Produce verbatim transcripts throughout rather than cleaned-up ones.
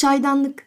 Çaydanlık.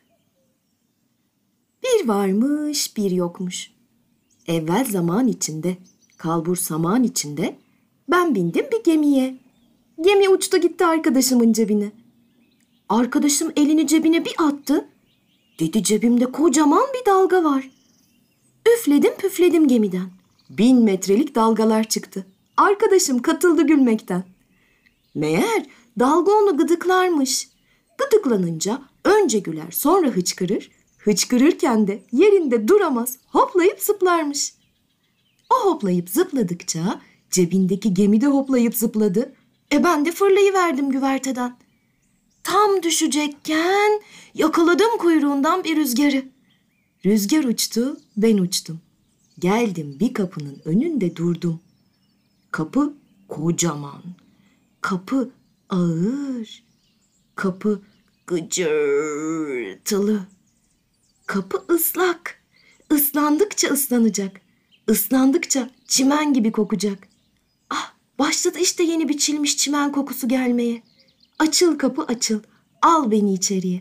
Bir varmış, bir yokmuş. Evvel zaman içinde, kalbur saman içinde, ben bindim bir gemiye. Gemi uçtu gitti arkadaşımın cebine. Arkadaşım elini cebine bir attı. Dedi cebimde kocaman bir dalga var. Üfledim püfledim gemiden. Bin metrelik dalgalar çıktı. Arkadaşım katıldı gülmekten. Meğer dalga onu gıdıklarmış. Gıdıklanınca önce güler sonra hıçkırır. Hıçkırırken de yerinde duramaz hoplayıp zıplarmış. O hoplayıp zıpladıkça cebindeki gemi de hoplayıp zıpladı. E ben de fırlayıverdim güverteden. Tam düşecekken yakaladım kuyruğundan bir rüzgarı. Rüzgar uçtu, ben uçtum. Geldim bir kapının önünde durdum. Kapı kocaman, kapı ağır, kapı gıcırtılı. Kapı ıslak, ıslandıkça ıslanacak, ıslandıkça çimen gibi kokacak. Ah, başladı işte yeni biçilmiş çimen kokusu gelmeye. Açıl kapı açıl, al beni içeriye.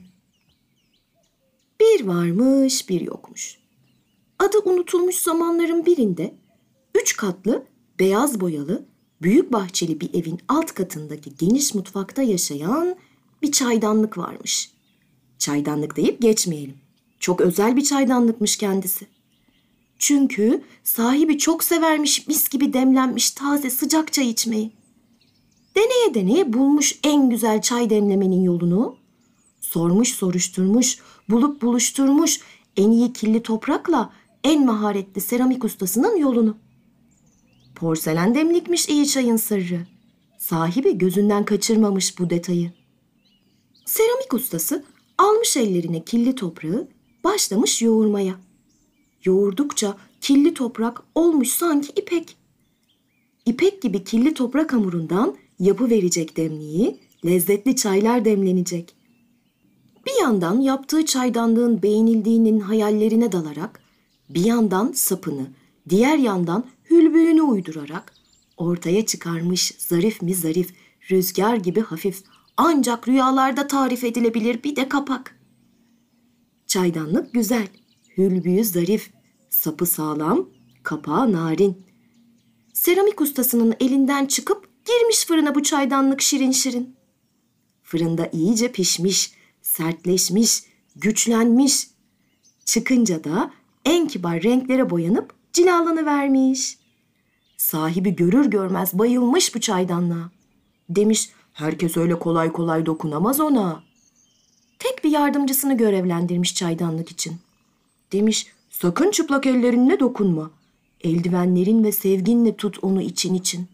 Bir varmış, bir yokmuş. Adı unutulmuş zamanların birinde üç katlı, beyaz boyalı, büyük bahçeli bir evin alt katındaki geniş mutfakta yaşayan bir çaydanlık varmış. Çaydanlık deyip geçmeyelim. Çok özel bir çaydanlıkmış kendisi. Çünkü sahibi çok severmiş mis gibi demlenmiş taze sıcak çay içmeyi. Deneye deneye bulmuş en güzel çay demlemenin yolunu. Sormuş soruşturmuş, bulup buluşturmuş en iyi kirli toprakla en maharetli seramik ustasının yolunu. Porselen demlikmiş iyi çayın sırrı. Sahibi gözünden kaçırmamış bu detayı. Seramik ustası almış ellerine kirli toprağı, başlamış yoğurmaya. Yoğurdukça kirli toprak olmuş sanki ipek. İpek gibi kirli toprak hamurundan yapıverecek demliği, lezzetli çaylar demlenecek. Bir yandan yaptığı çaydanlığın beğenildiğinin hayallerine dalarak, bir yandan sapını, diğer yandan hülbüğünü uydurarak ortaya çıkarmış zarif mi zarif, rüzgar gibi hafif, ancak rüyalarda tarif edilebilir bir de kapak. Çaydanlık güzel, hülbüğü zarif, sapı sağlam, kapağı narin. Seramik ustasının elinden çıkıp girmiş fırına bu çaydanlık şirin şirin. Fırında iyice pişmiş, sertleşmiş, güçlenmiş. Çıkınca da en kibar renklere boyanıp cilalanıvermiş. Sahibi görür görmez bayılmış bu çaydanlığa. Demiş, herkes öyle kolay kolay dokunamaz ona. Tek bir yardımcısını görevlendirmiş çaydanlık için. Demiş, sakın çıplak ellerinle dokunma. Eldivenlerin ve sevginle tut onu için için.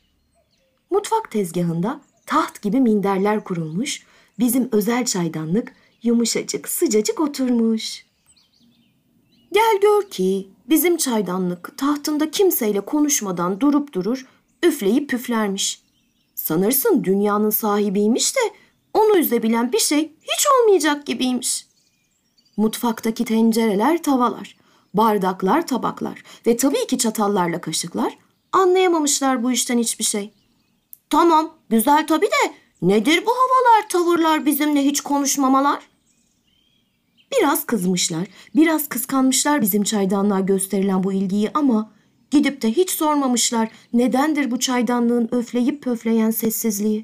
Mutfak tezgahında taht gibi minderler kurulmuş, bizim özel çaydanlık yumuşacık sıcacık oturmuş. Gel gör ki bizim çaydanlık tahtında kimseyle konuşmadan durup durur, üfleyip püflermiş. Sanırsın dünyanın sahibiymiş de onu üzebilen bir şey hiç olmayacak gibiymiş. Mutfaktaki tencereler, tavalar, bardaklar, tabaklar ve tabii ki çatallarla kaşıklar anlayamamışlar bu işten hiçbir şey. Tamam, güzel tabii de nedir bu havalar, tavırlar, bizimle hiç konuşmamalar? Biraz kızmışlar, biraz kıskanmışlar bizim çaydanlığa gösterilen bu ilgiyi ama gidip de hiç sormamışlar nedendir bu çaydanlığın öfleyip pöfleyen sessizliği.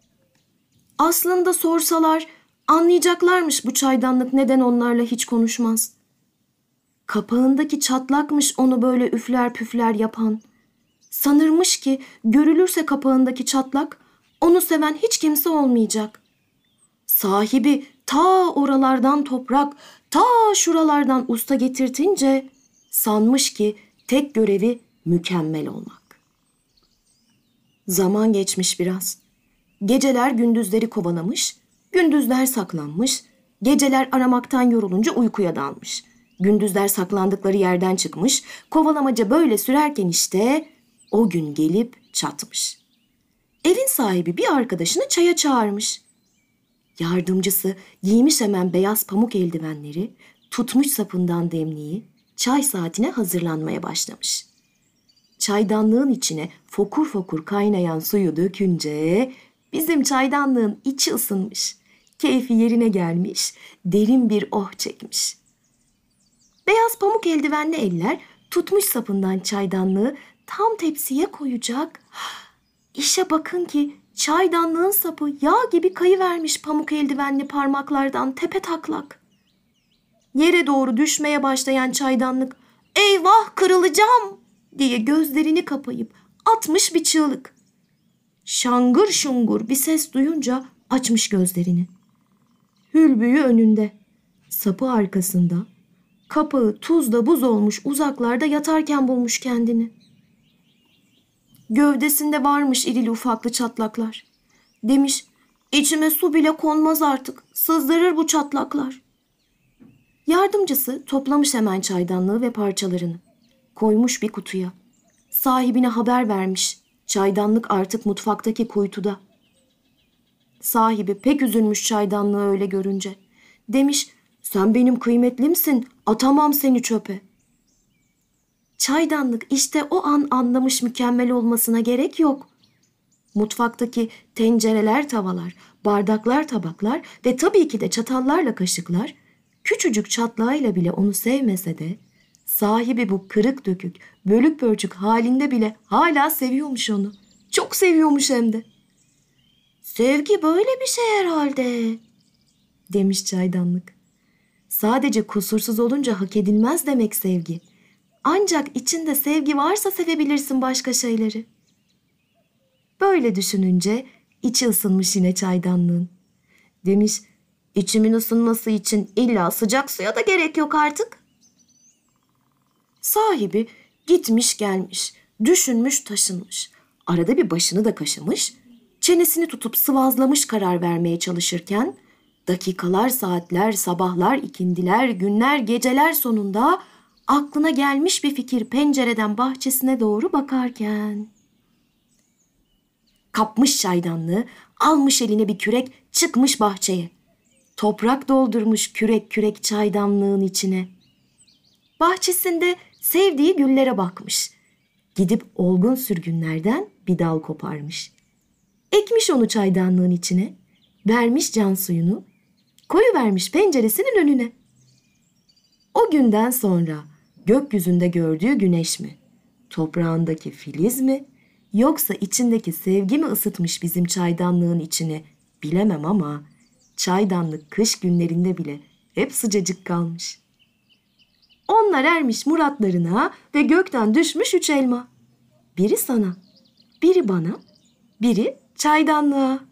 Aslında sorsalar anlayacaklarmış bu çaydanlık neden onlarla hiç konuşmaz. Kapağındaki çatlakmış onu böyle üfler püfler yapan. Sanırmış ki görülürse kapağındaki çatlak onu seven hiç kimse olmayacak. Sahibi ta oralardan toprak, ta şuralardan usta getirtince sanmış ki tek görevi mükemmel olmak. Zaman geçmiş biraz. Geceler gündüzleri kovalamış, gündüzler saklanmış, geceler aramaktan yorulunca uykuya dalmış. Gündüzler saklandıkları yerden çıkmış, kovalamaca böyle sürerken işte o gün gelip çatmış. Evin sahibi bir arkadaşını çaya çağırmış. Yardımcısı giymiş hemen beyaz pamuk eldivenleri, tutmuş sapından demliği, çay saatine hazırlanmaya başlamış. Çaydanlığın içine fokur fokur kaynayan suyu dökünce bizim çaydanlığın içi ısınmış. Keyfi yerine gelmiş, derin bir oh çekmiş. Beyaz pamuk eldivenli eller tutmuş sapından çaydanlığı tam tepsiye koyacak. İşe bakın ki çaydanlığın sapı yağ gibi kayıvermiş pamuk eldivenli parmaklardan tepetaklak. Yere doğru düşmeye başlayan çaydanlık "Eyvah, kırılacağım!" diye gözlerini kapayıp atmış bir çığlık. Şangır şungur bir ses duyunca açmış gözlerini. Hülbüyü önünde, sapı arkasında, kapağı tuzla buz olmuş uzaklarda yatarken bulmuş kendini. Gövdesinde varmış irili ufaklı çatlaklar. Demiş, içime su bile konmaz artık, sızdırır bu çatlaklar. Yardımcısı toplamış hemen çaydanlığı ve parçalarını. Koymuş bir kutuya. Sahibine haber vermiş, çaydanlık artık mutfaktaki kuytuda. Sahibi pek üzülmüş çaydanlığı öyle görünce. Demiş, sen benim kıymetlimsin, atamam seni çöpe. Çaydanlık işte o an anlamış mükemmel olmasına gerek yok. Mutfaktaki tencereler, tavalar, bardaklar, tabaklar ve tabii ki de çatallarla kaşıklar küçücük çatlağıyla bile onu sevmese de sahibi bu kırık dökük, bölük pörçük halinde bile hala seviyormuş onu. Çok seviyormuş hem de. Sevgi böyle bir şey herhalde, demiş çaydanlık. Sadece kusursuz olunca hak edilmez demek sevgi. Ancak içinde sevgi varsa sevebilirsin başka şeyleri. Böyle düşününce içi ısınmış yine çaydanlığın. Demiş, içimin ısınması için illa sıcak suya da gerek yok artık. Sahibi gitmiş gelmiş, düşünmüş taşınmış. Arada bir başını da kaşımış, çenesini tutup sıvazlamış karar vermeye çalışırken dakikalar, saatler, sabahlar, ikindiler, günler, geceler sonunda aklına gelmiş bir fikir pencereden bahçesine doğru bakarken. Kapmış çaydanlığı, almış eline bir kürek, çıkmış bahçeye. Toprak doldurmuş kürek kürek çaydanlığın içine. Bahçesinde sevdiği güllere bakmış. Gidip olgun sürgünlerden bir dal koparmış. Ekmiş onu çaydanlığın içine, vermiş can suyunu, koyuvermiş penceresinin önüne. O günden sonra gökyüzünde gördüğü güneş mi, toprağındaki filiz mi, yoksa içindeki sevgi mi ısıtmış bizim çaydanlığın içini bilemem ama çaydanlık kış günlerinde bile hep sıcacık kalmış. Onlar ermiş muratlarına ve gökten düşmüş üç elma. Biri sana, biri bana, biri çaydanlığa.